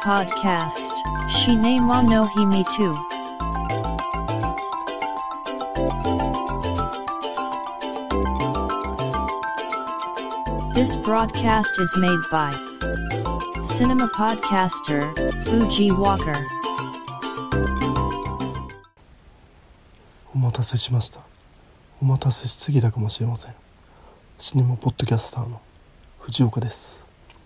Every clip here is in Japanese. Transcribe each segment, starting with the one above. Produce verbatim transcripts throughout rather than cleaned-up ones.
Podcast Shinei wa no Hime two. This broadcast is made by Cinema Podcaster Fuji Walker. お待たせしました。お待たせしすぎたかもしれません。シネマポッドキャスターの藤岡です。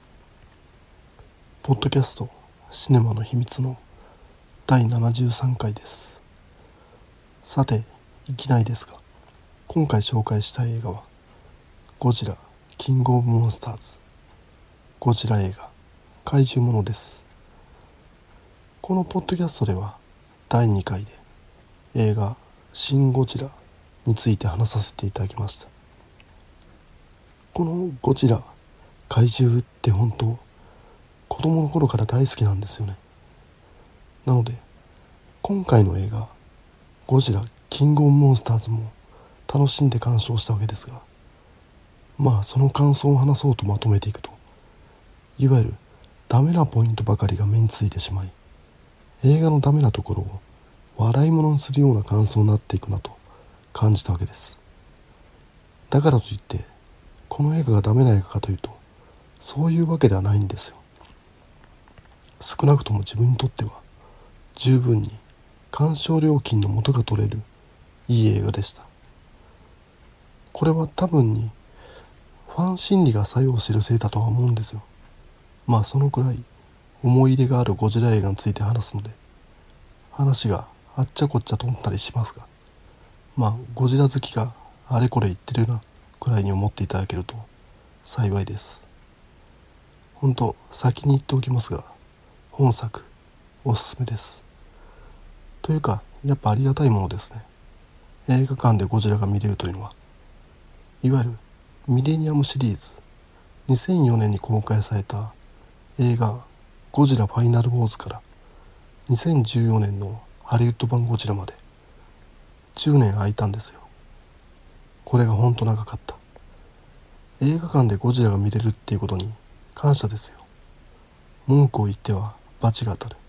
ポッドキャストシネマの秘密のだいななじゅうさんかいです。さて、いきなりですが、今回紹介したい映画はゴジラキングオブモンスターズ、ゴジラ映画怪獣ものです。このポッドキャストではだいにかいで映画シン・ゴジラについて話させていただきました。このゴジラ怪獣って本当子供の頃から大好きなんですよね。なので今回の映画ゴジラキングオブモンスターズも楽しんで鑑賞したわけですが、まあその感想を話そうとまとめていくと、いわゆるダメなポイントばかりが目についてしまい、映画のダメなところを笑い物にするような感想になっていくなと感じたわけです。だからといってこの映画がダメな映画かというと、そういうわけではないんですよ。少なくとも自分にとっては十分に鑑賞料金の元が取れるいい映画でした。これは多分にファン心理が作用しているせいだとは思うんですよ。まあそのくらい思い入れがあるゴジラ映画について話すので、話があっちゃこっちゃ飛んだりしますが、まあゴジラ好きがあれこれ言ってるなくらいに思っていただけると幸いです。本当先に言っておきますが、本作おすすめです。というかやっぱありがたいものですね。映画館でゴジラが見れるというのは。いわゆるミレニアムシリーズ、にせんよねんに公開された映画ゴジラファイナルウォーズからにせんじゅうよねんのハリウッド版ゴジラまでじゅうねん空いたんですよ。これがほんと長かった。映画館でゴジラが見れるっていうことに感謝ですよ。文句を言っては罰が当たる。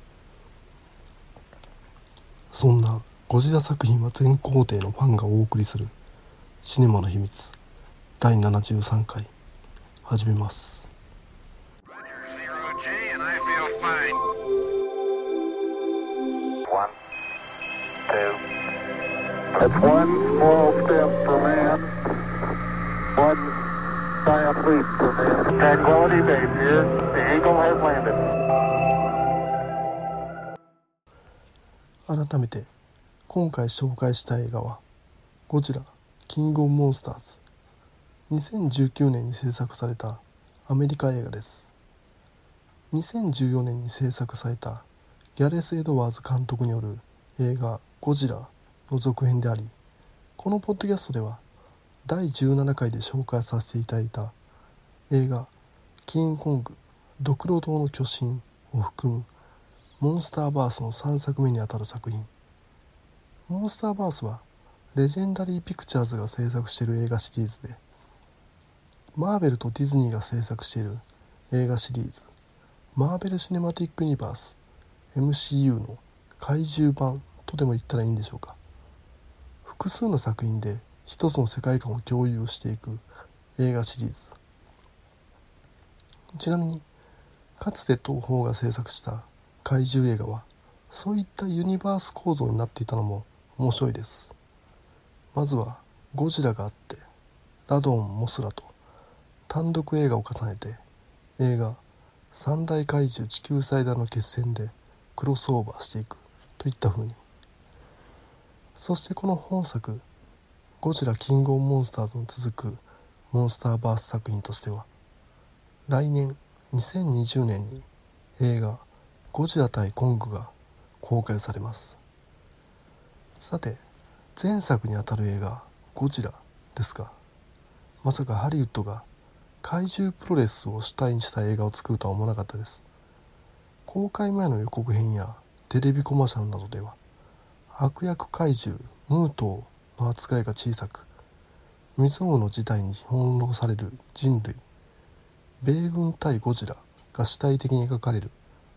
そんなゴジラ作品は全肯定のファンがお送りするシネマの秘密だいななじゅうさんかい始めます。 That's one small step for man, one giant leap for man. Tranquility Base here. The Eagle has landed. 改めて今回紹介した映画はゴジラキングオブモンスターズ、にせんじゅうきゅうねんに制作されたアメリカ映画です。にせんじゅうよねんに制作されたギャレス・エドワーズ監督による映画ゴジラの続編であり、このポッドキャストではだいじゅうななかいで紹介させていただいた映画キングコングドクロ島の巨神を含むモンスターバースのさんさくめにあたる作品。モンスターバースはレジェンダリーピクチャーズが制作している映画シリーズで、マーベルとディズニーが制作している映画シリーズマーベル・シネマティック・ユニバース エムシーユー の怪獣版とでも言ったらいいんでしょうか。複数の作品で一つの世界観を共有していく映画シリーズ。ちなみにかつて東宝が制作した怪獣映画はそういったユニバース構造になっていたのも面白いです。まずはゴジラがあって、ラドン・モスラと単独映画を重ねて映画三大怪獣地球最大の決戦でクロスオーバーしていくといった風に。そしてこの本作ゴジラキングオブモンスターズに続くモンスターバース作品としては、来年にせんにじゅうねんに映画ゴジラ対コングが公開されます。さて前作にあたる映画ゴジラですが、まさかハリウッドが怪獣プロレスを主体にした映画を作るとは思わなかったです。公開前の予告編やテレビコマーシャルなどでは悪役怪獣ムートーの扱いが小さく、未曾有の事態に翻弄される人類、米軍対ゴジラが主体的に描かれる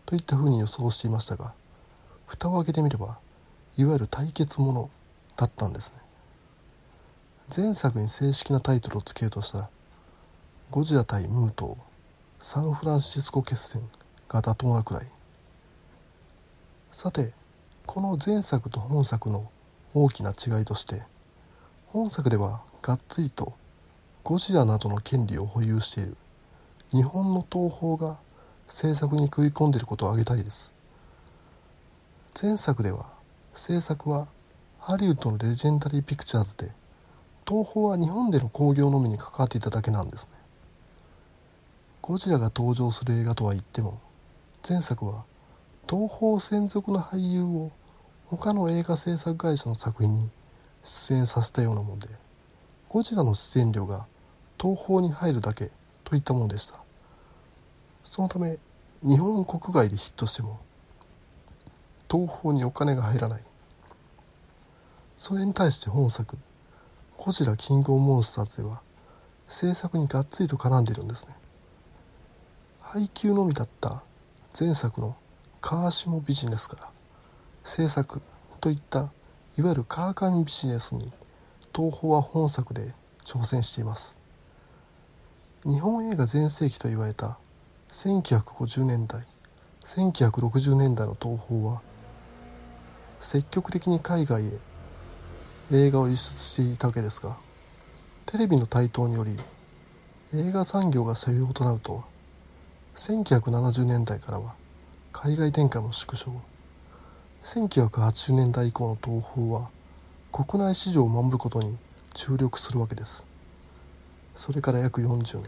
といったふうに予想していましたが、蓋を開けてみればいわゆる対決ものだったんですね。前作に正式なタイトルをつけようとしたら、ゴジラ対ムーとサンフランシスコ決戦が妥当なくらい。さて、この前作と本作の大きな違いとして、本作ではがっつりとゴジラなどの権利を保有している日本の東宝が制作に食い込んでいることを挙げたいです。前作では制作はハリウッドのレジェンダリーピクチャーズで、東宝は日本での興行のみに関わっていただけなんですね。ゴジラが登場する映画とは言っても、前作は東宝専属の俳優を他の映画制作会社の作品に出演させたようなもので、ゴジラの出演料が東宝に入るだけといったものでした。そのため日本国外でヒットしても東宝にお金が入らない。それに対して本作ゴジラキングオブモンスターズでは制作にがっつりと絡んでいるんですね。配給のみだった前作の川下ビジネスから制作といったいわゆる川上ビジネスに東宝は本作で挑戦しています。日本映画全盛期と言われたせんきゅうひゃくごじゅうねんだい、せんきゅうひゃくろくじゅうねんだいの東宝は積極的に海外へ映画を輸出していたわけですが、テレビの台頭により映画産業が主要となると、せんきゅうひゃくななじゅうねんだいからは海外展開も縮小。せんきゅうひゃくはちじゅうねんだい以降の東宝は国内市場を守ることに注力するわけです。それから約よんじゅうねん、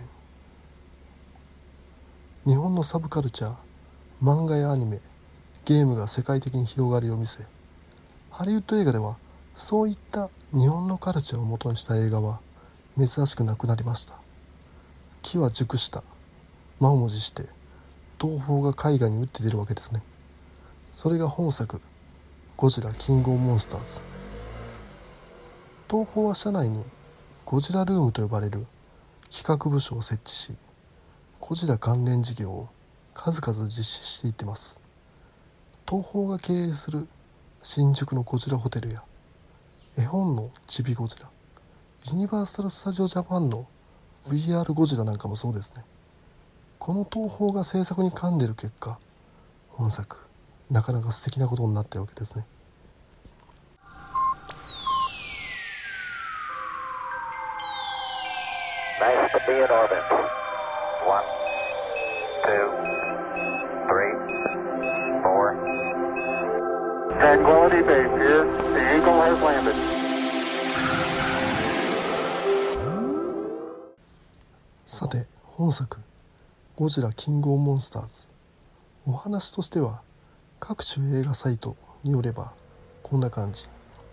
日本のサブカルチャー、漫画やアニメ、ゲームが世界的に広がりを見せ、ハリウッド映画ではそういった日本のカルチャーを元にした映画は珍しくなくなりました。機は熟した、満を持して東宝が海外に打って出るわけですね。それが本作ゴジラキングオブモンスターズ。東宝は社内にゴジラルームと呼ばれる企画部署を設置し、ゴジラ関連事業を数々実施していってます。東宝が経営する新宿のゴジラホテルや絵本のちびゴジラ、ユニバーサル・スタジオ・ジャパンの ブイアール ゴジラなんかもそうですね。この東宝が制作に噛んでいる結果、本作なかなか素敵なことになったわけですね。 Nice to be in orbit. One, two, three, four. Tranquility Base here. The Eagle has landed. さて、本作ゴジラキングオブモンスターズ、お話としては各種映画サイトによればこんな感じ。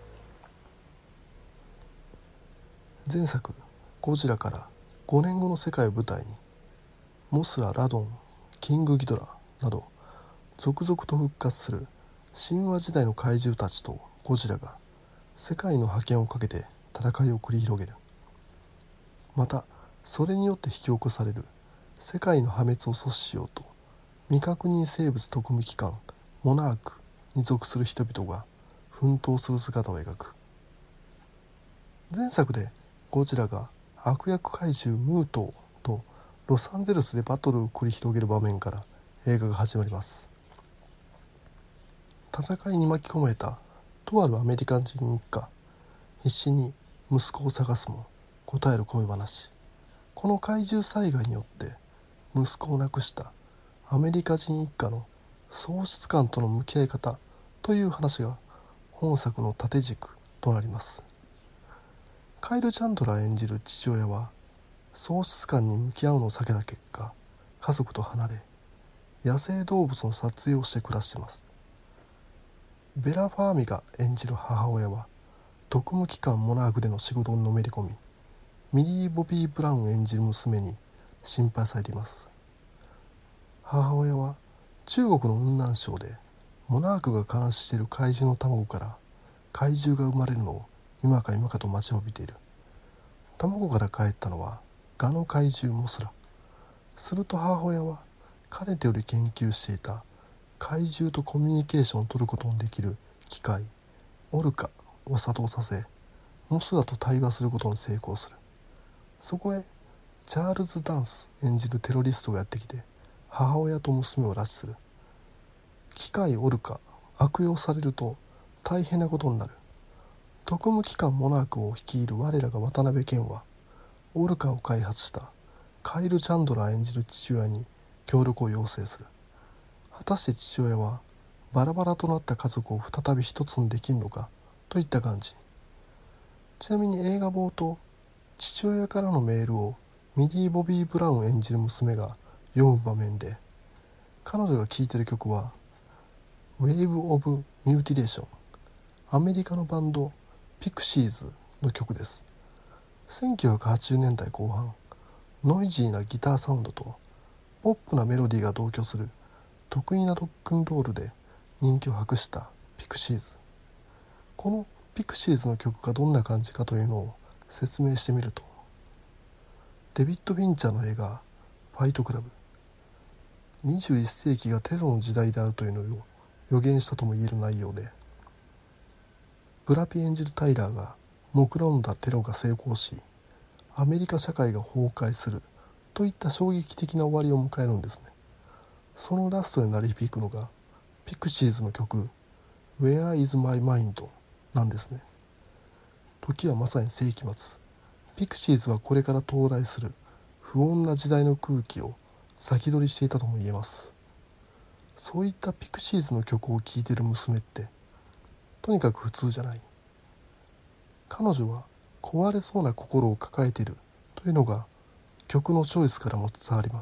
前作ゴジラからごねんごの世界を舞台に、モスラ、ラドン、キングギドラなど続々と復活する神話時代の怪獣たちとゴジラが世界の覇権をかけて戦いを繰り広げる。またそれによって引き起こされる世界の破滅を阻止しようと未確認生物特務機関モナークに属する人々が奮闘する姿を描く。前作でゴジラが悪役怪獣ムートーとロサンゼルスでバトルを繰り広げる場面から映画が始まります。戦いに巻き込まれたとあるアメリカ人一家、必死に息子を探すも答える声話。この怪獣災害によって息子を亡くしたアメリカ人一家の喪失感との向き合い方という話が本作の縦軸となります。カイル・チャンドラー演じる父親は喪失感に向き合うのを避けた結果、家族と離れ野生動物の撮影をして暮らしています。ベラ・ファーミが演じる母親は特務機関モナークでの仕事にのめり込み、ミリー・ボビー・ブラウン演じる娘に心配されています。母親は中国の雲南省でモナークが監視している怪獣の卵から怪獣が生まれるのを今か今かと待ちわびている。卵から帰ったのはガの怪獣モスラ。すると母親はかねてより研究していた怪獣とコミュニケーションを取ることのできる機械オルカを作動させ、モスラと対話することに成功する。そこへチャールズ・ダンス演じるテロリストがやってきて、母親と娘を拉致する。機械オルカ悪用されると大変なことになる。特務機関モナークを率いる我らが渡辺謙は、オルカを開発したカイル・チャンドラー演じる父親に協力を要請する。果たして父親はバラバラとなった家族を再び一つにできるのかといった感じ。ちなみに映画冒頭、父親からのメールをミディ・ボビー・ブラウン演じる娘が読む場面で、彼女が聴いてる曲は Wave of Mutilation、 アメリカのバンドピクシーズの曲です。せんきゅうひゃくはちじゅうねんだいこう半、ノイジーなギターサウンドとポップなメロディーが同居する得意なロックンロールで人気を博したピクシーズ。このピクシーズの曲がどんな感じかというのを説明してみると、デビッド・フィンチャーの映画ファイトクラブ、にじゅういっせいきがテロの時代であるというのを予言したとも言える内容で、ブラピ演じるタイラーが目論んだテロが成功し、アメリカ社会が崩壊するといった衝撃的な終わりを迎えるんですね。そのラストに鳴り響くのがピクシーズの曲 Where is my mind なんですね。時はまさに世紀末、ピクシーズはこれから到来する不穏な時代の空気を先取りしていたとも言えます。そういったピクシーズの曲を聴いている娘ってとにかく普通じゃない。彼女は壊れそうな心を抱えているというのが曲のチョイスからも伝わります。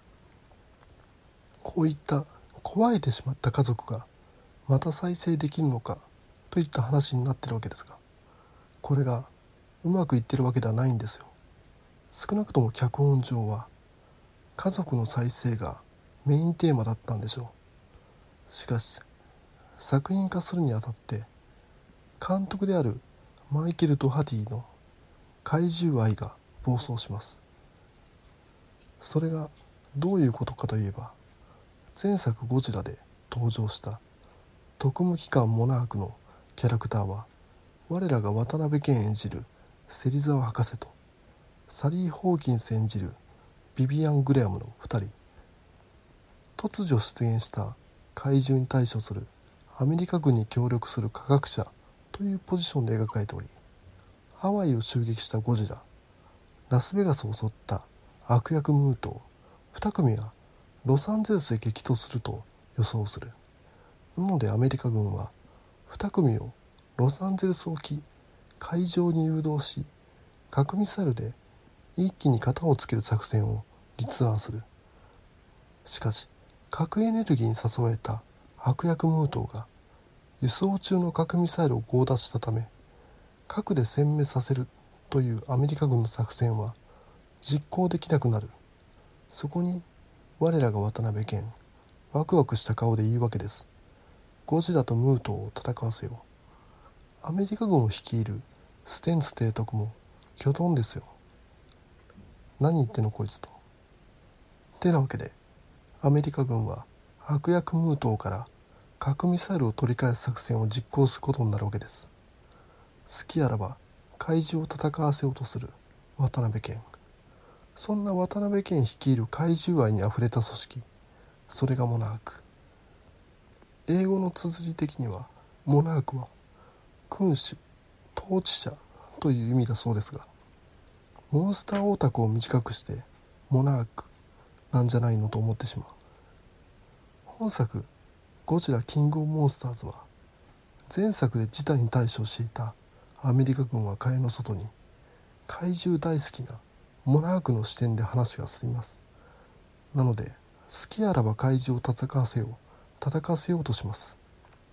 こういった壊れてしまった家族がまた再生できるのかといった話になっているわけですが、これがうまくいってるわけではないんですよ。少なくとも脚本上は家族の再生がメインテーマだったんでしょう。しかし作品化するにあたって監督であるマイケル・ドハティの怪獣愛が暴走します。それがどういうことかといえば、前作ゴジラで登場した特務機関モナークのキャラクターは、我らが渡辺謙演じる芹沢博士とサリー・ホーキンス演じるビビアン・グレアムのふたり、突如出現した怪獣に対処するアメリカ軍に協力する科学者というポジションで描かれており、ハワイを襲撃したゴジラ、ラスベガスを襲った悪役ムートに組はロサンゼルスで激突すると予想する。なのでアメリカ軍はに組をロサンゼルス沖海上に誘導し、核ミサイルで一気に型をつける作戦を立案する。しかし核エネルギーに誘われた悪役ムートが輸送中の核ミサイルを強奪したため、核で殲滅させるというアメリカ軍の作戦は実行できなくなる。そこに我らが渡辺謙、ワクワクした顔で言うわけです。ゴジラとムートを戦わせよう。アメリカ軍を率いるステンツ提督もきょとんですよ。何言ってんのこいつと。てなわけでアメリカ軍は悪役ムートから核ミサイルを取り返す作戦を実行することになるわけです。好きあらば怪獣を戦わせようとする渡辺謙。そんな渡辺謙率いる怪獣愛にあふれた組織、それがモナーク。英語の綴り的にはモナークは君主、統治者という意味だそうですが、モンスターオタクを短くしてモナークなんじゃないのと思ってしまう。本作ゴジラキングオブモンスターズは前作で事態に対処していたアメリカ軍は蚊帳の外に怪獣大好きなモナークの視点で話が進みます。なので好きあらば怪獣を戦わせよう戦わせようとします。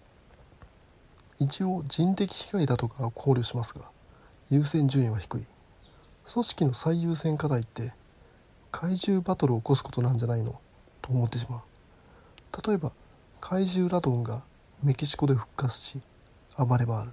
一応人的被害だとかを考慮しますが、優先順位は低い。組織の最優先課題って怪獣バトルを起こすことなんじゃないのと思ってしまう。例えば怪獣ラドンがメキシコで復活し暴れ回る。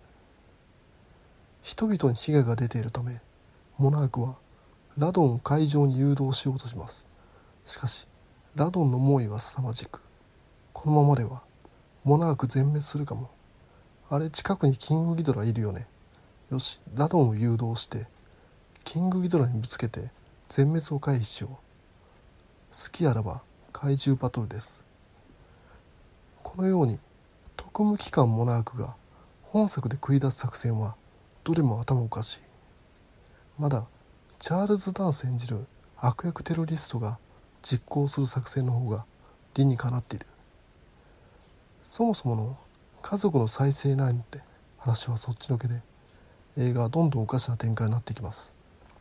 人々に被害が出ているためモナークはラドンを海上に誘導しようとします。しかしラドンの猛威は凄まじく、 このままではモナーク全滅するかも。あれ近くにキングギドラいるよね。よし、ラドンを誘導してキングギドラにぶつけて全滅を回避しよう。好きあらば怪獣バトルです。このように特務機関モナークが本作で繰り出す作戦はどれも頭おかしい。まだチャールズ・ダンス演じる悪役テロリストが実行する作戦の方が理にかなっている。そもそもの家族の再生なんて話はそっちのけで、映画はどんどんおかしな展開になっていきます。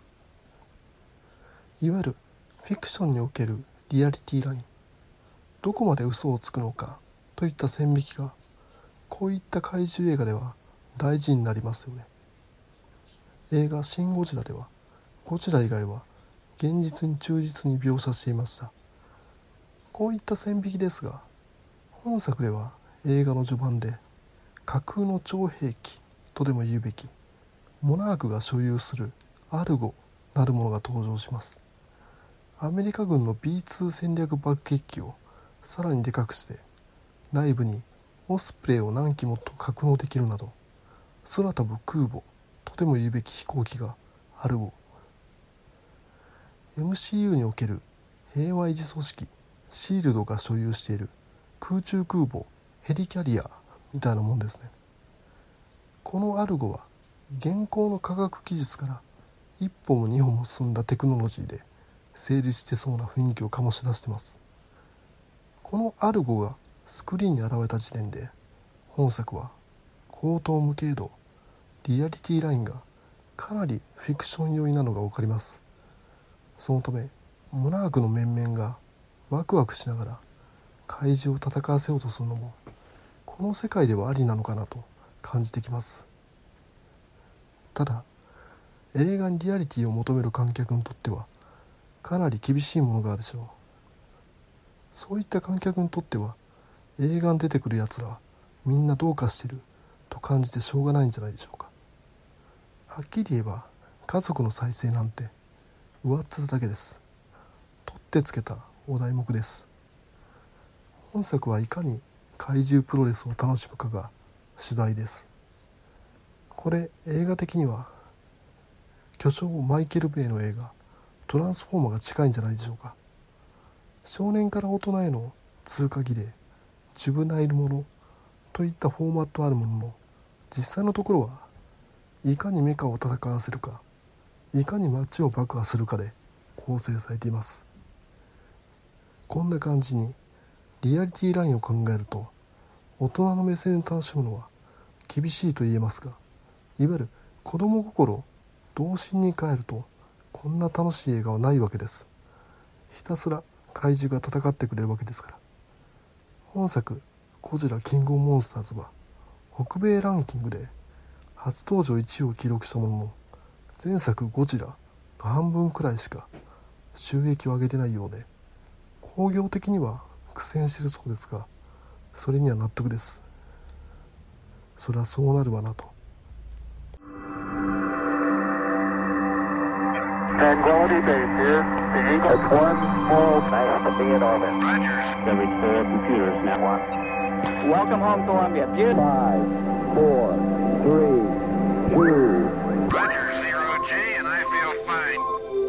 いわゆるフィクションにおけるリアリティライン、どこまで嘘をつくのかといった線引きがこういった怪獣映画では大事になりますよね。映画シン・ゴジラではゴジラ以外は現実に忠実に描写していました。こういった線引きですが、本作では映画の序盤で架空の超兵器とでも言うべきモナークが所有するアルゴなるものが登場します。アメリカ軍の ビーツー 戦略爆撃機をさらにでかくして内部にオスプレイを何機もと格納できるなど空飛ぶ空母とでも言うべき飛行機がアルゴ。 エムシーユー における平和維持組織シールドが所有している空中空母ヘリキャリアみたいなもんですね。このアルゴは現行の科学技術から一歩も二歩も進んだテクノロジーで成立してそうな雰囲気を醸し出しています。このアルゴがスクリーンに現れた時点で本作は高等無形度リアリティラインがかなりフィクション寄りなのが分かります。そのためモナークの面々がワクワクしながら怪獣を戦わせようとするのもこの世界ではありなのかなと感じてきます。ただ映画にリアリティを求める観客にとってはかなり厳しいものがあるでしょう。そういった観客にとっては映画に出てくるやつらみんなどうかしてると感じてしょうがないんじゃないでしょうか。はっきり言えば家族の再生なんて上っ面だけです。取ってつけたお題目です。本作はいかに怪獣プロレスを楽しむかが主題です。これ映画的には巨匠マイケル・ベイの映画トランスフォーマーが近いんじゃないでしょうか。少年から大人への通過儀礼、ジュブナイルものといったフォーマットあるものの、実際のところはいかにメカを戦わせるか、いかに街を爆破するかで構成されています。こんな感じにリアリティラインを考えると大人の目線で楽しむのは厳しいと言えますが、いわゆる子供心童心に帰るとこんな楽しい映画はないわけです。ひたすら怪獣が戦ってくれるわけですから。本作ゴジラキングオブモンスターズは北米ランキングで初登場いちいを記録したものの、前作ゴジラの半分くらいしか収益を上げてないようで、興行的には苦戦しているそうですが、それには納得です。それはそうなるわなと。 Tranquility Base here. The Eagle has one small nice to be in orbit. Roger. Every four computers now. One. Welcome home, Columbia. Five, four, three, two. Roger, zero G, and I feel fine.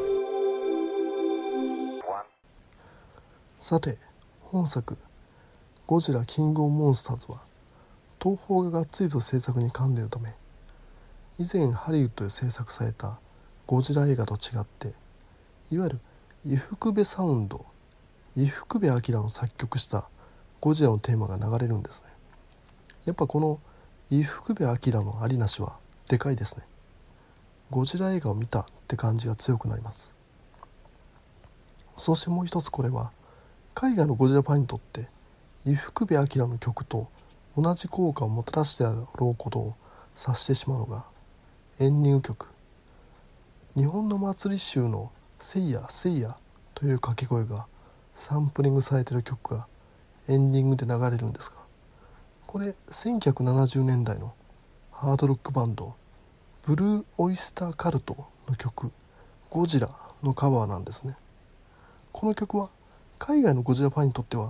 One. さて、本作ゴジラキングオブモンスターズは東宝ががっつりと制作に噛んでいるため、以前ハリウッドで制作されたゴジラ映画と違って、いわゆる伊福部サウンド、伊福部明の作曲したゴジラのテーマが流れるんですね。やっぱこの伊福部明のありなしはでかいですね。ゴジラ映画を見たって感じが強くなります。そしてもう一つ、これは海外のゴジラファンにとって伊福部明の曲と同じ効果をもたらしてやろうことを指してしまうのがエンディング曲。日本の祭り集のせいやせいやという掛け声がサンプリングされている曲がエンディングで流れるんですが、これせんきゅうひゃくななじゅうねんだいのハードロックバンドブルーオイスターカルトの曲ゴジラのカバーなんですね。この曲は海外のゴジラファンにとっては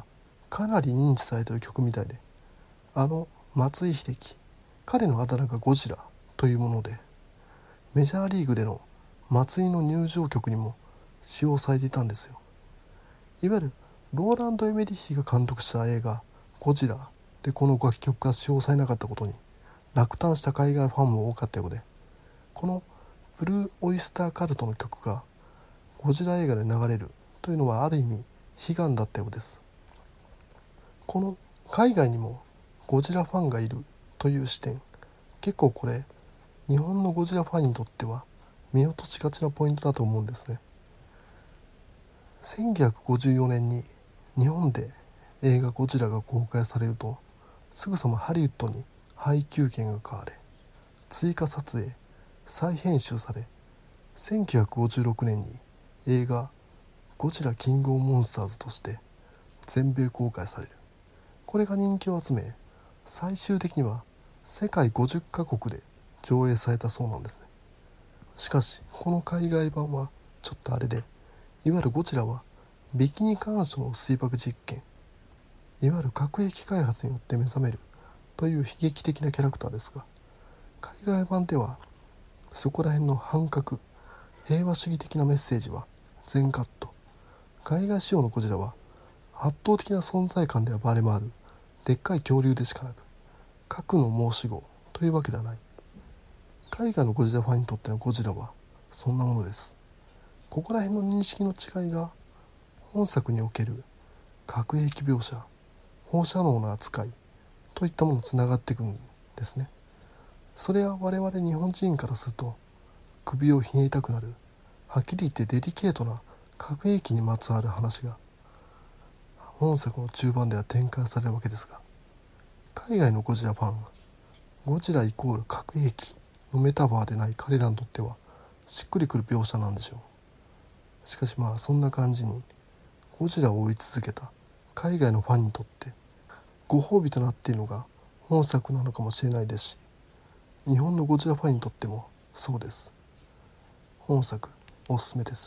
かなり認知されている曲みたいで、あの松井秀喜、彼のあだ名がゴジラというもので、メジャーリーグでの松井の入場曲にも使用されていたんですよ。いわゆるローランド・エメリッヒが監督した映画ゴジラでこの楽曲が使用されなかったことに落胆した海外ファンも多かったようで、このブルーオイスターカルトの曲がゴジラ映画で流れるというのはある意味悲願だったようです。この海外にもゴジラファンがいるという視点、結構これ日本のゴジラファンにとっては見落としがちなポイントだと思うんですね。せんきゅうひゃくごじゅうよねんに日本で映画ゴジラが公開されると、すぐさまハリウッドに配給権が買われ、追加撮影、再編集され、せんきゅうひゃくごじゅうろくねんに映画ゴジラキングオブモンスターズとして全米公開される。これが人気を集め、最終的には世界ごじゅっかこくで上映されたそうなんですね。しかしこの海外版はちょっとあれで、いわゆるゴジラはビキニ干渉の水爆実験、いわゆる核兵器開発によって目覚めるという悲劇的なキャラクターですが、海外版ではそこら辺の反核、平和主義的なメッセージは全カット。海外仕様のゴジラは圧倒的な存在感ではバレ回るでっかい恐竜でしかなく、核の申し子というわけではない。海外のゴジラファンにとってのゴジラはそんなものです。ここら辺の認識の違いが本作における核兵器描写、放射能の扱いといったものにつながっていくんですね。それは我々日本人からすると首をひねりたくなる、はっきり言ってデリケートな核兵器にまつわる話が本作の中盤では展開されるわけですが、海外のゴジラファンはゴジライコール核兵器のメタバーでない彼らにとってはしっくりくる描写なんでしょう。しかしまあそんな感じにゴジラを追い続けた海外のファンにとってご褒美となっているのが本作なのかもしれないですし、日本のゴジラファンにとってもそうです。本作おすすめです。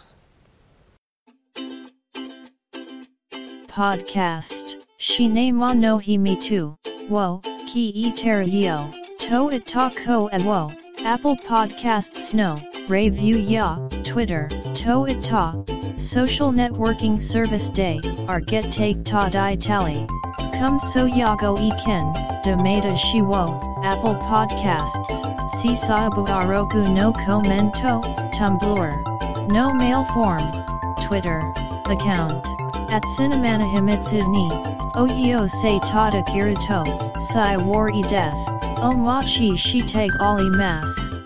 Podcast Shinema no Himitu wo ki iterio to itako e wo Apple Podcasts no review ya Twitter to ita social networking service day our get take ta di tally come so yago iken demata shiwo Apple Podcasts Sisabu Aroku no commento Tumblr no mail form Twitter account at Cinemana Himitsu ni Oyo se tada kiruto sai war e death o machi shiteg ali mas。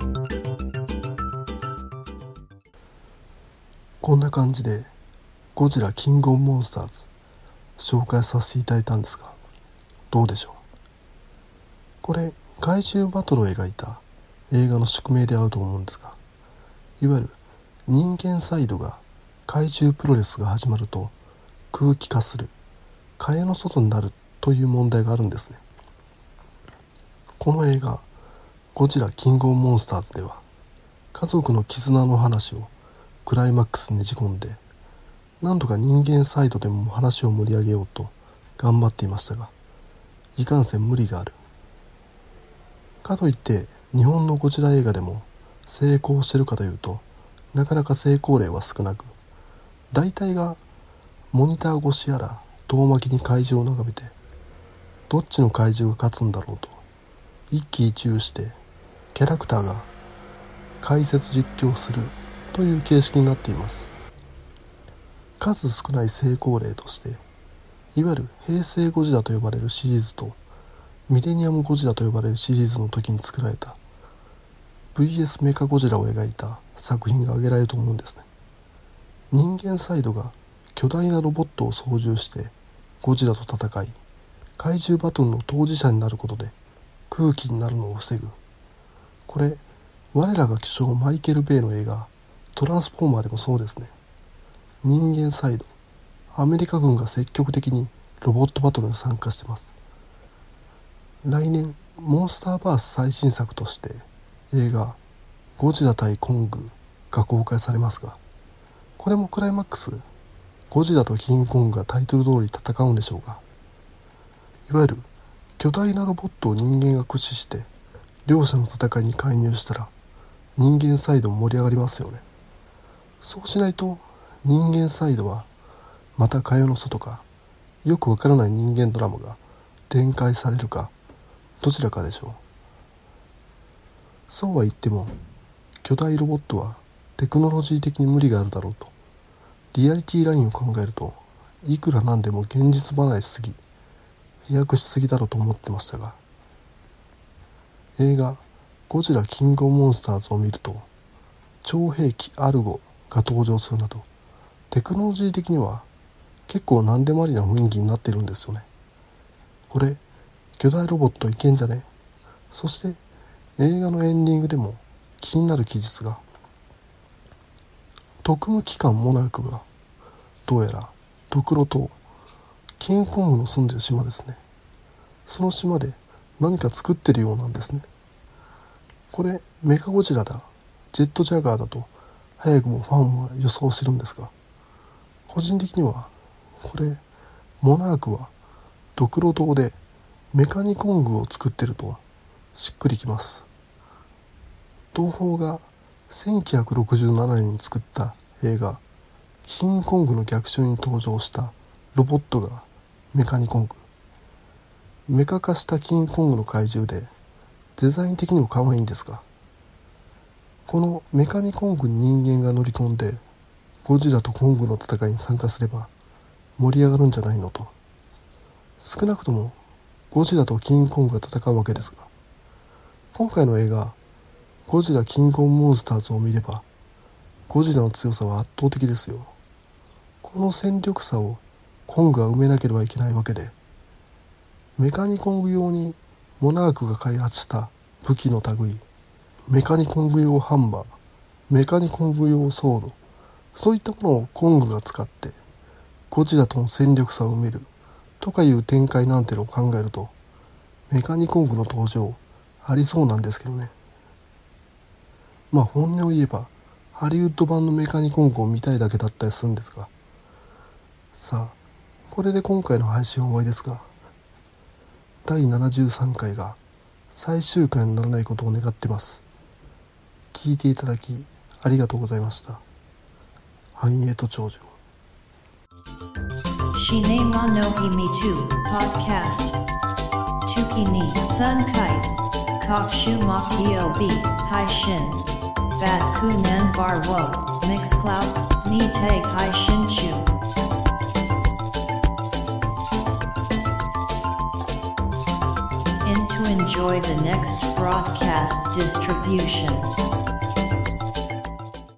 こんな感じでゴジラキングオブモンスターズ紹介させていただいたんですが、どうでしょう。これ怪獣バトルを描いた映画の宿命であると思うんですが、いわゆる人間サイドが怪獣プロレスが始まると空気化する、蚊帳の外になるという問題があるんですね。この映画ゴジラキングオブモンスターズでは家族の絆の話をクライマックスにねじ込んで、何とか人間サイドでも話を盛り上げようと頑張っていましたが、いかんせん無理がある。かといって日本のゴジラ映画でも成功しているかというと、なかなか成功例は少なく、大体がモニター越しやら遠巻きに怪獣を眺めて、どっちの怪獣が勝つんだろうと一喜一憂してキャラクターが解説実況するという形式になっています。数少ない成功例として、いわゆる平成ゴジラと呼ばれるシリーズとミレニアムゴジラと呼ばれるシリーズの時に作られた ブイエス メカゴジラを描いた作品が挙げられると思うんですね。人間サイドが巨大なロボットを操縦してゴジラと戦い、怪獣バトルの当事者になることで空気になるのを防ぐ。これ我らが巨匠マイケル・ベイの映画トランスフォーマーでもそうですね。人間サイド、アメリカ軍が積極的にロボットバトルに参加しています。来年モンスターバース最新作として映画ゴジラ対コングが公開されますが、これもクライマックスゴジラとキングコングがタイトル通り戦うんでしょうか。 いわゆる巨大なロボットを人間が駆使して両者の戦いに介入したら人間サイドも盛り上がりますよね。そうしないと人間サイドはまた蚊帳の外かよくわからない人間ドラマが展開されるかどちらかでしょう。そうは言っても巨大ロボットはテクノロジー的に無理があるだろうとリアリティラインを考えるといくらなんでも現実離れしすぎ飛躍しすぎだろうと思ってましたが、映画ゴジラキングオブモンスターズを見ると超兵器アルゴが登場するなどテクノロジー的には結構何でもありな雰囲気になってるんですよね。これ巨大ロボットいけんじゃね。そして映画のエンディングでも気になる記述が、特務機関モナークがどうやらドクロ島キングコングの住んでる島ですね。その島で何か作ってるようなんですね。これメカゴジラだジェットジャガーだと早くもファンは予想してるんですが、個人的にはこれモナークはドクロ島でメカニコングを作ってるとしっくりきます。東宝がせんきゅうひゃくろくじゅうななねんに作った映画キングコングの逆襲に登場したロボットがメカニコング。メカ化したキングコングの怪獣でデザイン的にも可愛いんですが、このメカニコングに人間が乗り込んでゴジラとコングの戦いに参加すれば盛り上がるんじゃないのと。少なくともゴジラとキングコングが戦うわけですが、今回の映画ゴジラキングオブモンスターズを見ればゴジラの強さは圧倒的ですよ。この戦力差をコングは埋めなければいけないわけで、メカニコング用にモナークが開発した武器の類、メカニコング用ハンマー、メカニコング用ソード、そういったものをコングが使ってゴジラとの戦力差を埋めるとかいう展開なんてのを考えるとメカニコングの登場ありそうなんですけどね。まあ本音を言えばハリウッド版のメカニコングを見たいだけだったりするんですが、さあこれで今回の配信は終わりですが、だいななじゅうさんかいが最終回にならないことを願ってます。聞いていただきありがとうございました。繁栄と長寿。 Shinema no Himi two Podcast Tuki ni Sunkai Kokshu Mokyo B Hai Shin Bat Kunan Bar Wo Mixcloud Ni Te Hai Shin Chu In to enjoy the next broadcast distribution.